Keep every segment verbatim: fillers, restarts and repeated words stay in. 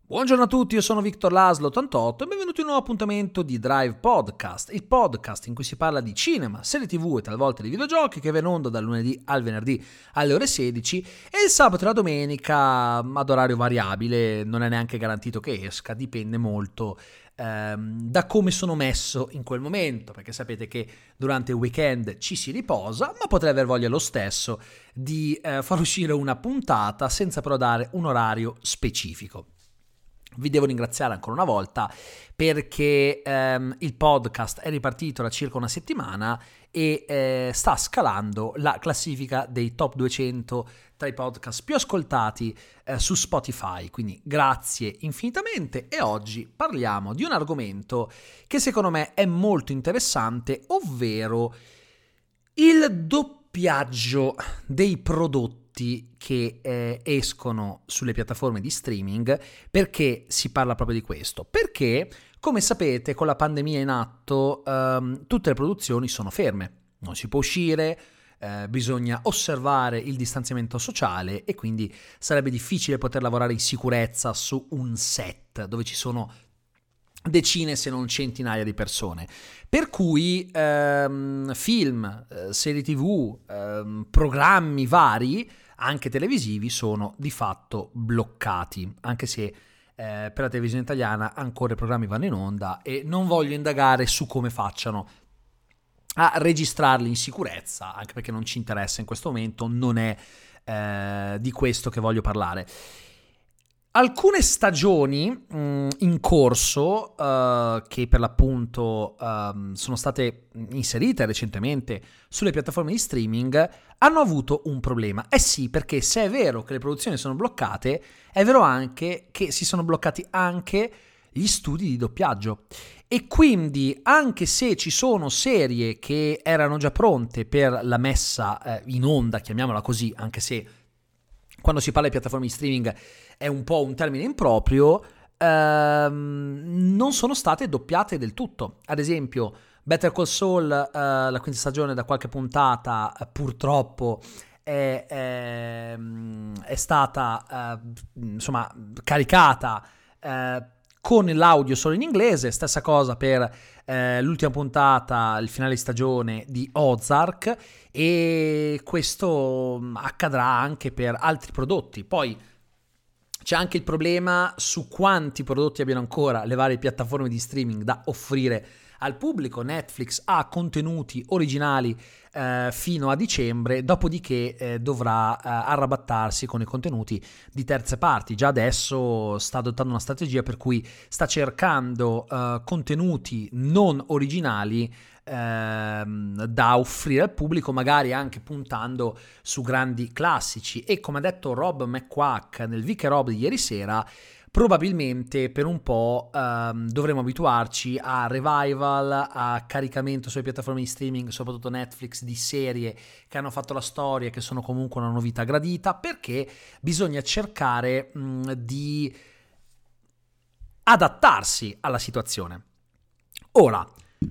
Buongiorno a tutti, io sono Victor Laszlo ottantotto e benvenuti in un nuovo appuntamento di Drive Podcast, il podcast in cui si parla di cinema, serie tv e talvolta di videogiochi, che va in onda dal lunedì al venerdì alle ore sedici e il sabato e la domenica ad orario variabile, non è neanche garantito che esca, dipende molto ehm, da come sono messo in quel momento, perché sapete che durante il weekend ci si riposa, ma potrei aver voglia lo stesso di eh, far uscire una puntata senza però dare un orario specifico. Vi devo ringraziare ancora una volta perché ehm, il podcast è ripartito da circa una settimana e eh, sta scalando la classifica dei top duecento tra i podcast più ascoltati eh, su Spotify, quindi grazie infinitamente. E oggi parliamo di un argomento che secondo me è molto interessante, ovvero il doppiaggio dei prodotti che eh, escono sulle piattaforme di streaming. Perché si parla proprio di questo? Perché, come sapete, con la pandemia in atto ehm, tutte le produzioni sono ferme, non si può uscire, eh, bisogna osservare il distanziamento sociale e quindi sarebbe difficile poter lavorare in sicurezza su un set dove ci sono decine se non centinaia di persone, per cui ehm, film, eh, serie tv, ehm, programmi vari anche televisivi sono di fatto bloccati, anche se eh, per la televisione italiana ancora i programmi vanno in onda e non voglio indagare su come facciano a registrarli in sicurezza, anche perché non ci interessa in questo momento, non è eh, di questo che voglio parlare. Alcune stagioni mh, in corso, uh, che per l'appunto uh, sono state inserite recentemente sulle piattaforme di streaming, hanno avuto un problema. Eh sì, perché se è vero che le produzioni sono bloccate, è vero anche che si sono bloccati anche gli studi di doppiaggio. E quindi, anche se ci sono serie che erano già pronte per la messa eh, in onda, chiamiamola così, anche se quando si parla di piattaforme di streaming è un po' un termine improprio, ehm, non sono state doppiate del tutto. Ad esempio, Better Call Saul, eh, la quinta stagione da qualche puntata, eh, purtroppo è, è, è stata eh, insomma caricata eh, con l'audio solo in inglese. Stessa cosa per eh, l'ultima puntata, il finale di stagione di Ozark, e questo accadrà anche per altri prodotti. Poi c'è anche il problema su quanti prodotti abbiano ancora le varie piattaforme di streaming da offrire al pubblico. Netflix ha contenuti originali eh, fino a dicembre, dopodiché eh, dovrà eh, arrabattarsi con i contenuti di terze parti. Già adesso sta adottando una strategia per cui sta cercando eh, contenuti non originali ehm, da offrire al pubblico, magari anche puntando su grandi classici. E come ha detto Rob McQuack nel Vic e Rob di ieri sera, probabilmente per un po' ehm, dovremo abituarci a revival, a caricamento sulle piattaforme di streaming, soprattutto Netflix, di serie che hanno fatto la storia, che sono comunque una novità gradita, perché bisogna cercare mh, di adattarsi alla situazione. Ora,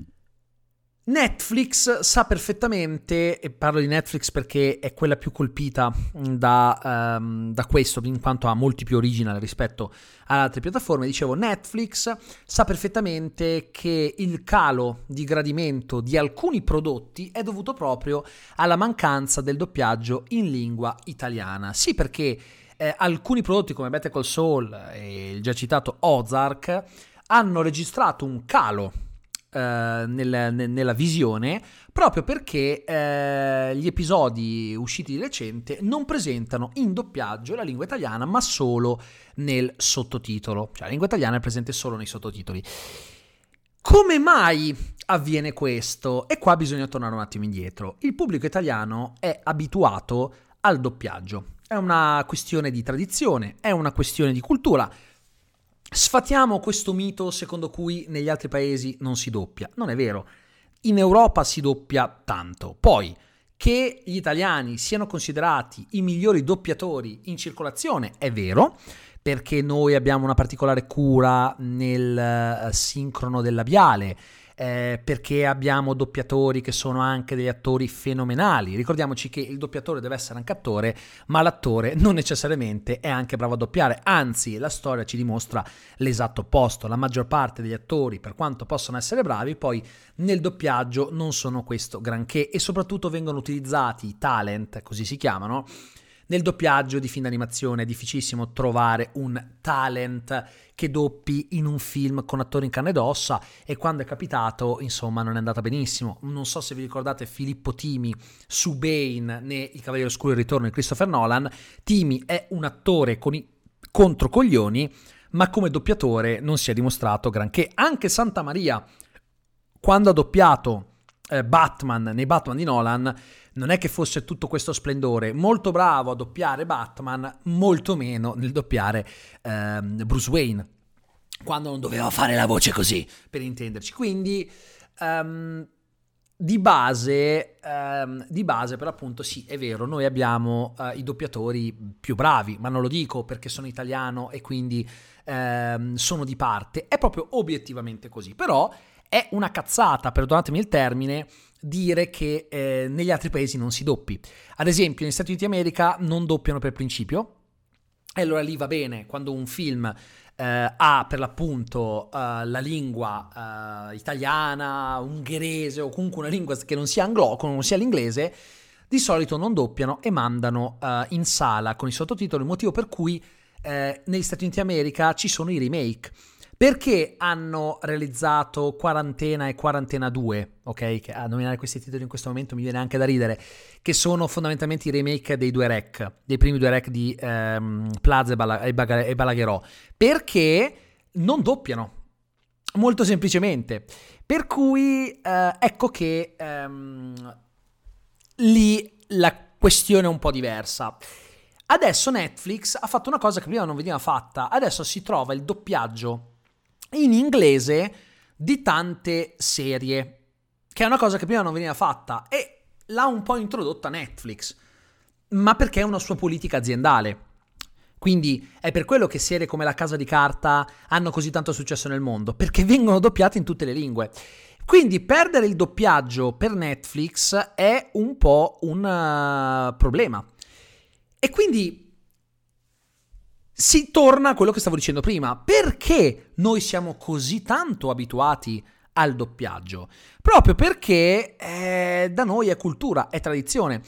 Netflix sa perfettamente, e parlo di Netflix perché è quella più colpita da, um, da questo, in quanto ha molti più original rispetto ad altre piattaforme. Dicevo, Netflix sa perfettamente che il calo di gradimento di alcuni prodotti è dovuto proprio alla mancanza del doppiaggio in lingua italiana. Sì, perché eh, alcuni prodotti come Better Call Saul e il già citato Ozark hanno registrato un calo Nel, nella visione, proprio perché eh, gli episodi usciti di recente non presentano in doppiaggio la lingua italiana, ma solo nel sottotitolo, cioè la lingua italiana è presente solo nei sottotitoli. Come mai avviene questo? E qua bisogna tornare un attimo indietro. Il pubblico italiano è abituato al doppiaggio, è una questione di tradizione, è una questione di cultura. Sfatiamo questo mito secondo cui negli altri paesi non si doppia. Non è vero. In Europa si doppia tanto. Poi, che gli italiani siano considerati i migliori doppiatori in circolazione è vero, perché noi abbiamo una particolare cura nel uh, sincrono del labiale, eh, perché abbiamo doppiatori che sono anche degli attori fenomenali. Ricordiamoci che il doppiatore deve essere anche attore, ma l'attore non necessariamente è anche bravo a doppiare, anzi la storia ci dimostra l'esatto opposto. La maggior parte degli attori, per quanto possono essere bravi, poi nel doppiaggio non sono questo granché, e soprattutto vengono utilizzati i talent, così si chiamano. Nel doppiaggio di film d'animazione è difficilissimo trovare un talent che doppi in un film con attori in carne ed ossa, e quando è capitato, insomma, non è andata benissimo. Non so se vi ricordate Filippo Timi su Bane ne Il Cavaliere Oscuro e il Ritorno di Christopher Nolan. Timi è un attore con i controcoglioni, ma come doppiatore non si è dimostrato granché. Anche Santa Maria, quando ha doppiato eh, Batman nei Batman di Nolan, non è che fosse tutto questo splendore. Molto bravo a doppiare Batman, molto meno nel doppiare ehm, Bruce Wayne, quando non doveva fare la voce così, per intenderci. Quindi um, di base um, di base per l'appunto sì, è vero, noi abbiamo uh, i doppiatori più bravi, ma non lo dico perché sono italiano e quindi um, sono di parte, è proprio obiettivamente così. Però è una cazzata, perdonatemi il termine, dire che eh, negli altri paesi non si doppi. Ad esempio negli Stati Uniti d'America non doppiano per principio, e allora lì va bene quando un film eh, ha per l'appunto eh, la lingua eh, italiana, ungherese o comunque una lingua che non sia anglo, non sia l'inglese. Di solito non doppiano e mandano eh, in sala con i sottotitoli, motivo per cui eh, negli Stati Uniti d'America ci sono i remake. Perché hanno realizzato Quarantena e Quarantena due, ok? Che a nominare questi titoli in questo momento mi viene anche da ridere, che sono fondamentalmente i remake dei due rec, dei primi due rec di ehm, Plaza e, Bala- e, Baga- e Balaguerò. Perché non doppiano, molto semplicemente. Per cui eh, ecco che ehm, lì la questione è un po' diversa. Adesso Netflix ha fatto una cosa che prima non veniva fatta. Adesso si trova il doppiaggio in inglese di tante serie, che è una cosa che prima non veniva fatta, e l'ha un po' introdotta Netflix, ma perché è una sua politica aziendale. Quindi è per quello che serie come La Casa di Carta hanno così tanto successo nel mondo, perché vengono doppiate in tutte le lingue. Quindi perdere il doppiaggio per Netflix è un po' un uh, problema. E quindi si torna a quello che stavo dicendo prima. Perché noi siamo così tanto abituati al doppiaggio? Proprio perché eh, da noi è cultura, è tradizione.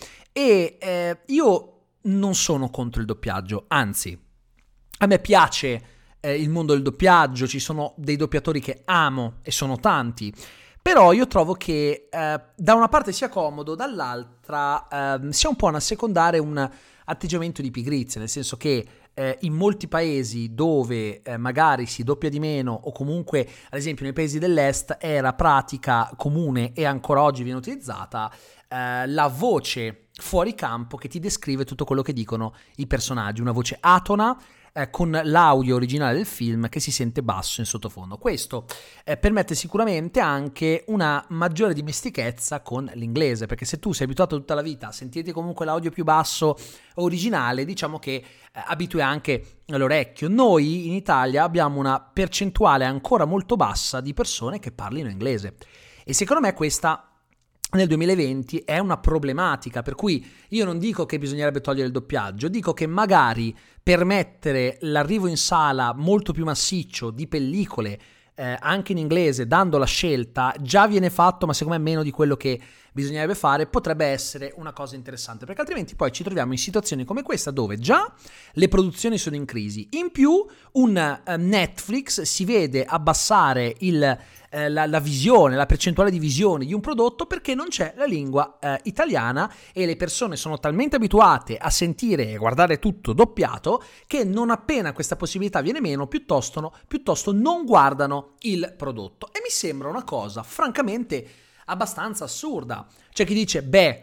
E eh, io non sono contro il doppiaggio, anzi, a me piace eh, il mondo del doppiaggio, ci sono dei doppiatori che amo e sono tanti. Però io trovo che eh, da una parte sia comodo, dall'altra eh, sia un po' una secondare un atteggiamento di pigrizia, nel senso che eh, in molti paesi dove eh, magari si doppia di meno, o comunque ad esempio nei paesi dell'est era pratica comune e ancora oggi viene utilizzata eh, la voce fuori campo che ti descrive tutto quello che dicono i personaggi, una voce atona eh, con l'audio originale del film che si sente basso in sottofondo. Questo eh, permette sicuramente anche una maggiore dimestichezza con l'inglese, perché se tu sei abituato tutta la vita a sentirti comunque l'audio più basso originale, diciamo che eh, abitui anche l'orecchio. Noi in Italia abbiamo una percentuale ancora molto bassa di persone che parlino inglese, e secondo me questa nel duemilaventi è una problematica, per cui io non dico che bisognerebbe togliere il doppiaggio, dico che magari permettere l'arrivo in sala molto più massiccio di pellicole eh, anche in inglese, dando la scelta, già viene fatto, ma secondo me meno di quello che bisognerebbe fare, potrebbe essere una cosa interessante, perché altrimenti poi ci troviamo in situazioni come questa dove già le produzioni sono in crisi, in più un uh, Netflix si vede abbassare il Eh, la, la visione, la percentuale di visione di un prodotto perché non c'è la lingua eh, italiana, e le persone sono talmente abituate a sentire e guardare tutto doppiato che non appena questa possibilità viene meno piuttosto, no, piuttosto non guardano il prodotto, e mi sembra una cosa francamente abbastanza assurda. C'è chi dice beh,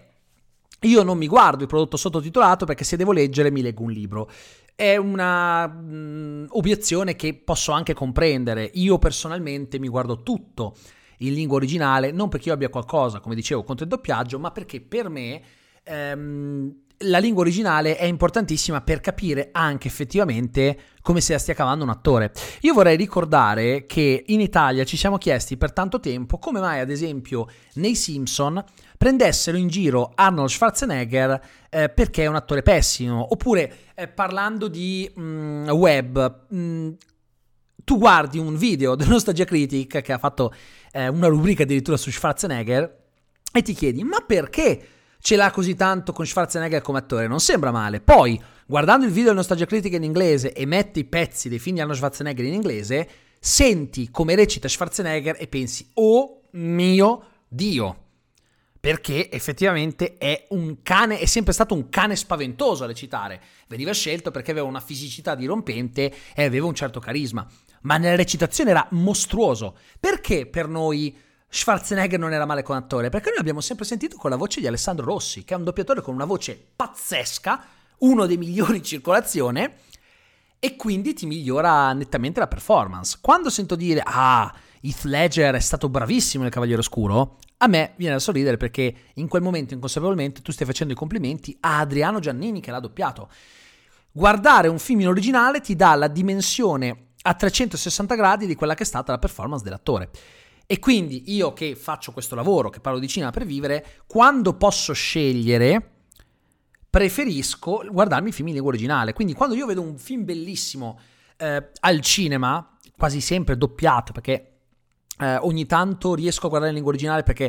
io non mi guardo il prodotto sottotitolato perché se devo leggere mi leggo un libro. È una mh, obiezione che posso anche comprendere. Io personalmente mi guardo tutto in lingua originale, non perché io abbia qualcosa, come dicevo, contro il doppiaggio, ma perché per me ehm, la lingua originale è importantissima per capire anche effettivamente come se la stia cavando un attore. Io vorrei ricordare che in Italia ci siamo chiesti per tanto tempo come mai, ad esempio, nei Simpson prendessero in giro Arnold Schwarzenegger eh, perché è un attore pessimo, oppure eh, parlando di mh, web, mh, tu guardi un video del Nostalgia Critic che ha fatto eh, una rubrica addirittura su Schwarzenegger e ti chiedi ma perché ce l'ha così tanto con Schwarzenegger come attore? Non sembra male. Poi, guardando il video del Nostalgia Critic in inglese e metti i pezzi dei film di Arnold Schwarzenegger in inglese, senti come recita Schwarzenegger e pensi, oh mio Dio, perché effettivamente è un cane, è sempre stato un cane spaventoso a recitare. Veniva scelto perché aveva una fisicità dirompente e aveva un certo carisma, ma nella recitazione era mostruoso. Perché per noi Schwarzenegger non era male come attore? Perché noi l'abbiamo sempre sentito con la voce di Alessandro Rossi, che è un doppiatore con una voce pazzesca, uno dei migliori in circolazione, e quindi ti migliora nettamente la performance. Quando sento dire ah, Heath Ledger è stato bravissimo nel Cavaliere Oscuro, a me viene da sorridere, perché in quel momento inconsapevolmente tu stai facendo i complimenti a Adriano Giannini che l'ha doppiato. Guardare un film in originale ti dà la dimensione a trecentosessanta gradi di quella che è stata la performance dell'attore. E quindi io che faccio questo lavoro, che parlo di cinema per vivere, quando posso scegliere preferisco guardarmi i film in lingua originale. Quindi quando io vedo un film bellissimo eh, al cinema, quasi sempre doppiato, perché eh, ogni tanto riesco a guardare in lingua originale perché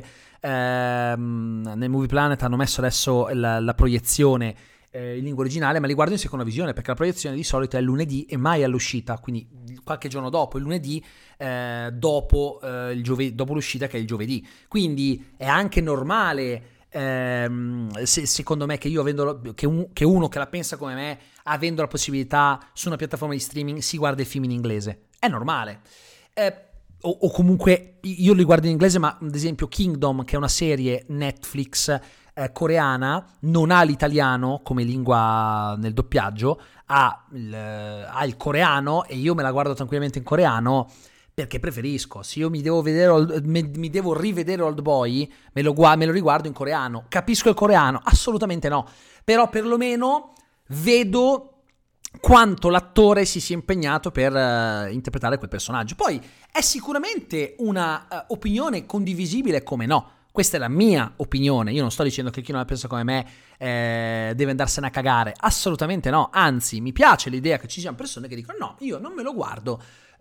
ehm, nel Movie Planet hanno messo adesso la, la proiezione in lingua originale, ma li guardo in seconda visione perché la proiezione di solito è lunedì e mai all'uscita, quindi qualche giorno dopo, il lunedì eh, dopo, eh, il giove- dopo l'uscita, che è il giovedì. Quindi è anche normale, ehm, se, secondo me, che io avendo che, un, che uno che la pensa come me, avendo la possibilità su una piattaforma di streaming, si guarda il film in inglese. È normale. Eh, o, o comunque io li guardo in inglese, ma ad esempio Kingdom, che è una serie Netflix Eh, coreana, non ha l'italiano come lingua nel doppiaggio, ha il, ha il coreano, e io me la guardo tranquillamente in coreano perché preferisco. Se io mi devo vedere mi, mi devo rivedere Old Boy, me lo, me lo riguardo in coreano. Capisco il coreano? Assolutamente no, però perlomeno vedo quanto l'attore si sia impegnato per uh, interpretare quel personaggio. Poi è sicuramente una uh, opinione condivisibile, come no. Questa è la mia opinione, io non sto dicendo che chi non la pensa come me eh, deve andarsene a cagare, assolutamente no, anzi mi piace l'idea che ci siano persone che dicono no, io non me lo guardo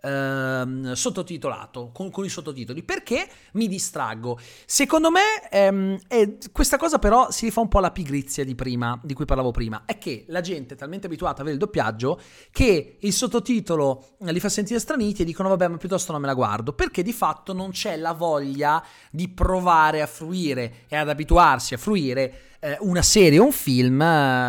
ehm, sottotitolato, con, con i sottotitoli, perché mi distraggo. Secondo me ehm, è, questa cosa però si rifà un po' alla pigrizia di prima, di cui parlavo prima, è che la gente è talmente abituata a avere il doppiaggio che il sottotitolo li fa sentire straniti e dicono vabbè, ma piuttosto non me la guardo, perché di fatto non c'è la voglia di provare a fruire e ad abituarsi a fruire eh, una serie o un film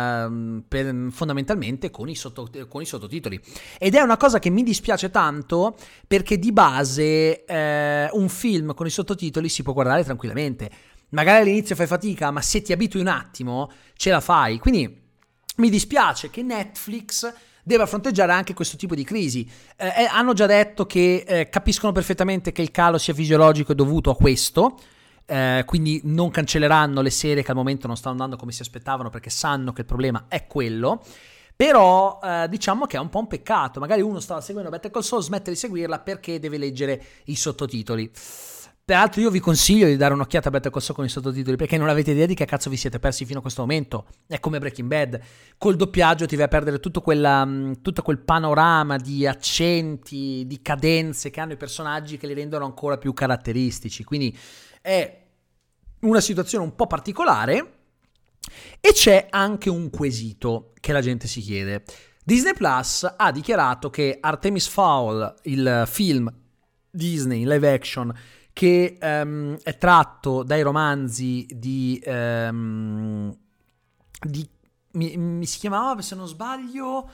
eh, per, fondamentalmente con i, sotto, con i sottotitoli. Ed è una cosa che mi dispiace tanto, perché di base eh, un film con i sottotitoli si può guardare tranquillamente. Magari all'inizio fai fatica, ma se ti abitui un attimo ce la fai. Quindi mi dispiace che Netflix deve fronteggiare anche questo tipo di crisi. Eh, eh, hanno già detto che eh, capiscono perfettamente che il calo sia fisiologico e dovuto a questo, eh, quindi non cancelleranno le serie che al momento non stanno andando come si aspettavano, perché sanno che il problema è quello. Però eh, diciamo che è un po' un peccato. Magari uno stava seguendo Better Call Saul, smette di seguirla perché deve leggere i sottotitoli. Peraltro io vi consiglio di dare un'occhiata a Better Call Saul con i sottotitoli, perché non avete idea di che cazzo vi siete persi fino a questo momento. È come Breaking Bad. Col doppiaggio ti vai a perdere tutto, quella, tutto quel panorama di accenti, di cadenze che hanno i personaggi, che li rendono ancora più caratteristici. Quindi è una situazione un po' particolare. E c'è anche un quesito che la gente si chiede. Disney Plus ha dichiarato che Artemis Fowl, il film Disney in live action che um, è tratto dai romanzi di, um, di mi, mi si chiamava, se non sbaglio, uh,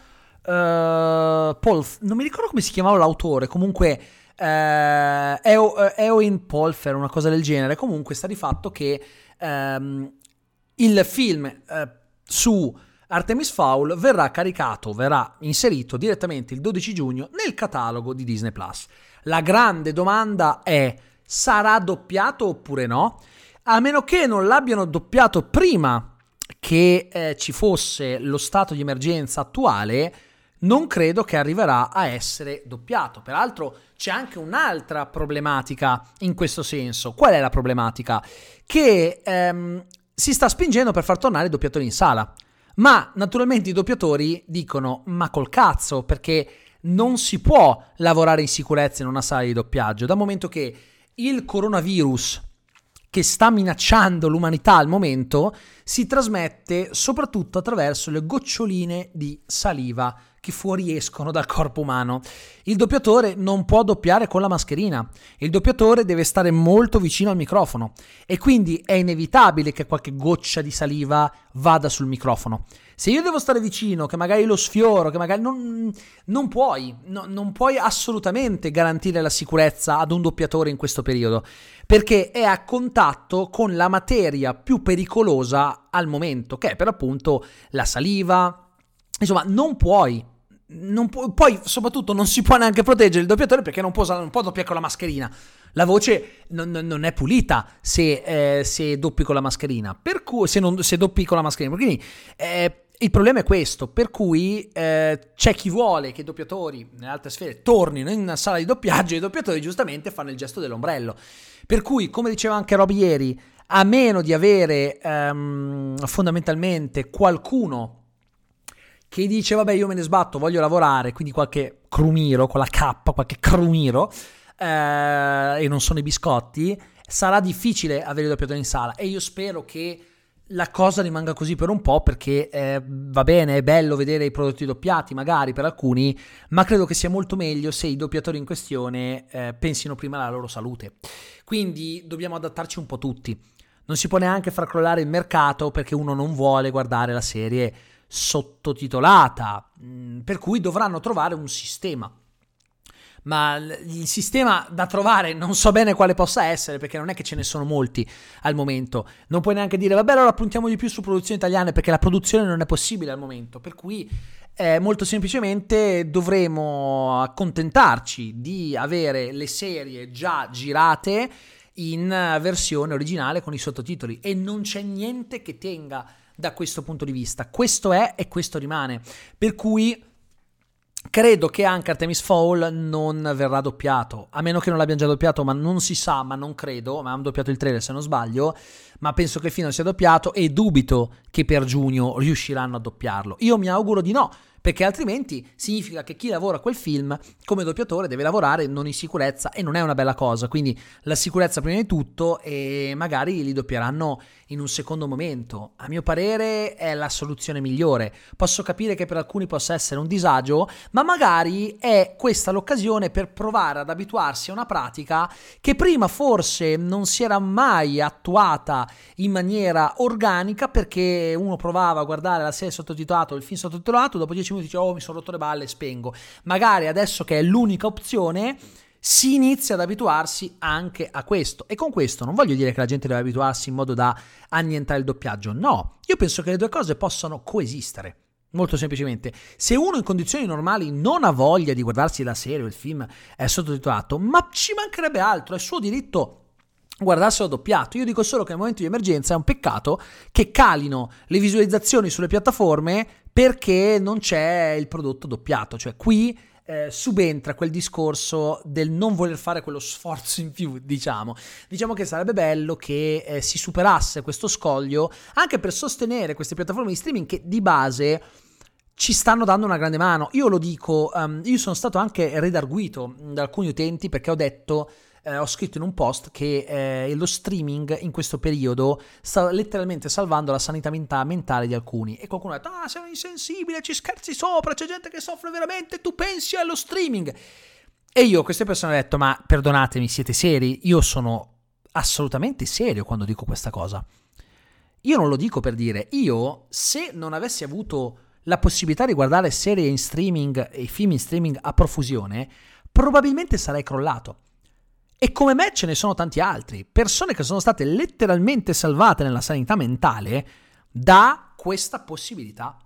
Paul, non mi ricordo come si chiamava l'autore, comunque uh, Eo, uh, Eowyn Polfer, una cosa del genere. Comunque sta di fatto che um, il film uh, su Artemis Fowl verrà caricato, verrà inserito direttamente il dodici giugno nel catalogo di Disney Plus. La grande domanda è: sarà doppiato oppure no? A meno che non l'abbiano doppiato prima che eh, ci fosse lo stato di emergenza attuale, non credo che arriverà a essere doppiato. Peraltro c'è anche un'altra problematica in questo senso. Qual è la problematica? Che ehm, si sta spingendo per far tornare i doppiatori in sala, ma naturalmente i doppiatori dicono ma col cazzo, perché non si può lavorare in sicurezza in una sala di doppiaggio, dal momento che il coronavirus che sta minacciando l'umanità al momento si trasmette soprattutto attraverso le goccioline di saliva che fuoriescono dal corpo umano. Il doppiatore non può doppiare con la mascherina, il doppiatore deve stare molto vicino al microfono e quindi è inevitabile che qualche goccia di saliva vada sul microfono. Se io devo stare vicino, che magari lo sfioro, che magari non, non puoi, no, non puoi assolutamente garantire la sicurezza ad un doppiatore in questo periodo, perché è a contatto con la materia più pericolosa al momento, che è per appunto la saliva. Insomma, non puoi, non pu- poi soprattutto non si può neanche proteggere il doppiatore, perché non può, non può doppiare con la mascherina. La voce non, non è pulita se, eh, se doppi con la mascherina, per cui se, non, se doppi con la mascherina. Quindi eh, il problema è questo, per cui eh, c'è chi vuole che i doppiatori nelle altre sfere tornino in una sala di doppiaggio e i doppiatori giustamente fanno il gesto dell'ombrello. Per cui, come diceva anche Rob ieri, a meno di avere um, fondamentalmente qualcuno che dice vabbè io me ne sbatto, voglio lavorare, quindi qualche crumiro con la K, qualche crumiro, eh, e non sono i biscotti, sarà difficile avere i doppiatori in sala, e io spero che la cosa rimanga così per un po', perché eh, va bene, è bello vedere i prodotti doppiati magari per alcuni, ma credo che sia molto meglio se i doppiatori in questione eh, pensino prima alla loro salute. Quindi dobbiamo adattarci un po' tutti, non si può neanche far crollare il mercato perché uno non vuole guardare la serie sottotitolata, per cui dovranno trovare un sistema. Ma il sistema da trovare non so bene quale possa essere, perché non è che ce ne sono molti al momento. Non puoi neanche dire vabbè allora puntiamo di più su produzioni italiane, perché la produzione non è possibile al momento, per cui eh, molto semplicemente dovremo accontentarci di avere le serie già girate in versione originale con i sottotitoli, e non c'è niente che tenga da questo punto di vista. Questo è e questo rimane, per cui credo che anche Artemis Fowl non verrà doppiato, a meno che non l'abbiano già doppiato, ma non si sa, ma non credo, ma hanno doppiato il trailer se non sbaglio, ma penso che il film sia doppiato e dubito che per giugno riusciranno a doppiarlo. Io mi auguro di no, perché altrimenti significa che chi lavora a quel film come doppiatore deve lavorare non in sicurezza, e non è una bella cosa. Quindi la sicurezza prima di tutto, e magari li doppieranno in un secondo momento. A mio parere è la soluzione migliore. Posso capire che per alcuni possa essere un disagio, ma magari è questa l'occasione per provare ad abituarsi a una pratica che prima forse non si era mai attuata in maniera organica, perché uno provava a guardare la serie sottotitolata o il film sottotitolato, dopo dieci minuti dice oh mi sono rotto le balle, spengo. Magari adesso che è l'unica opzione si inizia ad abituarsi anche a questo, e con questo non voglio dire che la gente deve abituarsi in modo da annientare il doppiaggio, no, io penso che le due cose possano coesistere. Molto semplicemente, se uno in condizioni normali non ha voglia di guardarsi la serie o il film è sottotitolato, ma ci mancherebbe altro, è suo diritto guardarselo doppiato. Io dico solo che nel momento di emergenza è un peccato che calino le visualizzazioni sulle piattaforme perché non c'è il prodotto doppiato. Cioè qui eh, subentra quel discorso del non voler fare quello sforzo in più, diciamo. Diciamo che sarebbe bello che eh, si superasse questo scoglio, anche per sostenere queste piattaforme di streaming che di base ci stanno dando una grande mano. Io lo dico, um, io sono stato anche redarguito da alcuni utenti perché ho detto Eh, ho scritto in un post che eh, lo streaming in questo periodo sta letteralmente salvando la sanità mentale di alcuni, e qualcuno ha detto ah sei un insensibile, ci scherzi sopra, c'è gente che soffre veramente, tu pensi allo streaming. E io a queste persone ho detto ma perdonatemi, siete seri? Io sono assolutamente serio quando dico questa cosa. Io non lo dico per dire. Io, se non avessi avuto la possibilità di guardare serie in streaming e film in streaming a profusione, probabilmente sarei crollato. E come me ce ne sono tanti altri, persone che sono state letteralmente salvate nella sanità mentale da questa possibilità,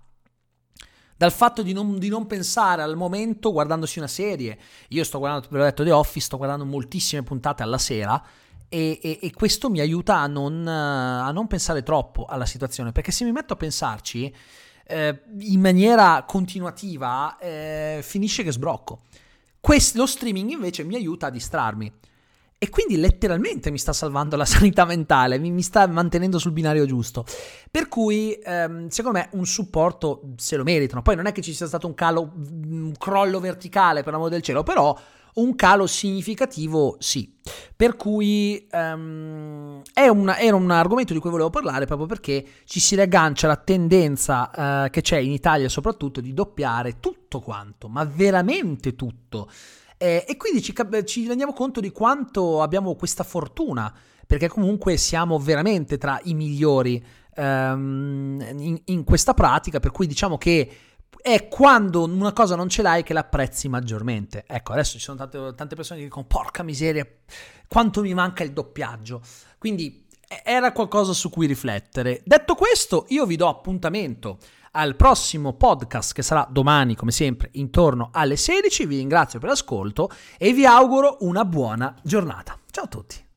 dal fatto di non, di non pensare al momento guardandosi una serie. Io sto guardando, ve l'ho detto, The Office, sto guardando moltissime puntate alla sera e, e, e questo mi aiuta a non, a non pensare troppo alla situazione, perché se mi metto a pensarci eh, in maniera continuativa eh, finisce che sbrocco. Quest, lo streaming invece mi aiuta a distrarmi e quindi letteralmente mi sta salvando la sanità mentale, mi, mi sta mantenendo sul binario giusto, per cui ehm, secondo me un supporto se lo meritano. Poi non è che ci sia stato un calo, un crollo verticale per l'amore del cielo, però un calo significativo sì, per cui um, è una, era un argomento di cui volevo parlare proprio perché ci si riaggancia alla tendenza uh, che c'è in Italia soprattutto di doppiare tutto quanto, ma veramente tutto, eh, e quindi ci, ci rendiamo conto di quanto abbiamo questa fortuna, perché comunque siamo veramente tra i migliori um, in, in questa pratica, per cui diciamo che è quando una cosa non ce l'hai che l'apprezzi maggiormente. Ecco, adesso ci sono tante, tante persone che dicono porca miseria, quanto mi manca il doppiaggio. Quindi era qualcosa su cui riflettere. Detto questo, io vi do appuntamento al prossimo podcast che sarà domani, come sempre, intorno alle sedici. Vi ringrazio per l'ascolto e vi auguro una buona giornata. Ciao a tutti.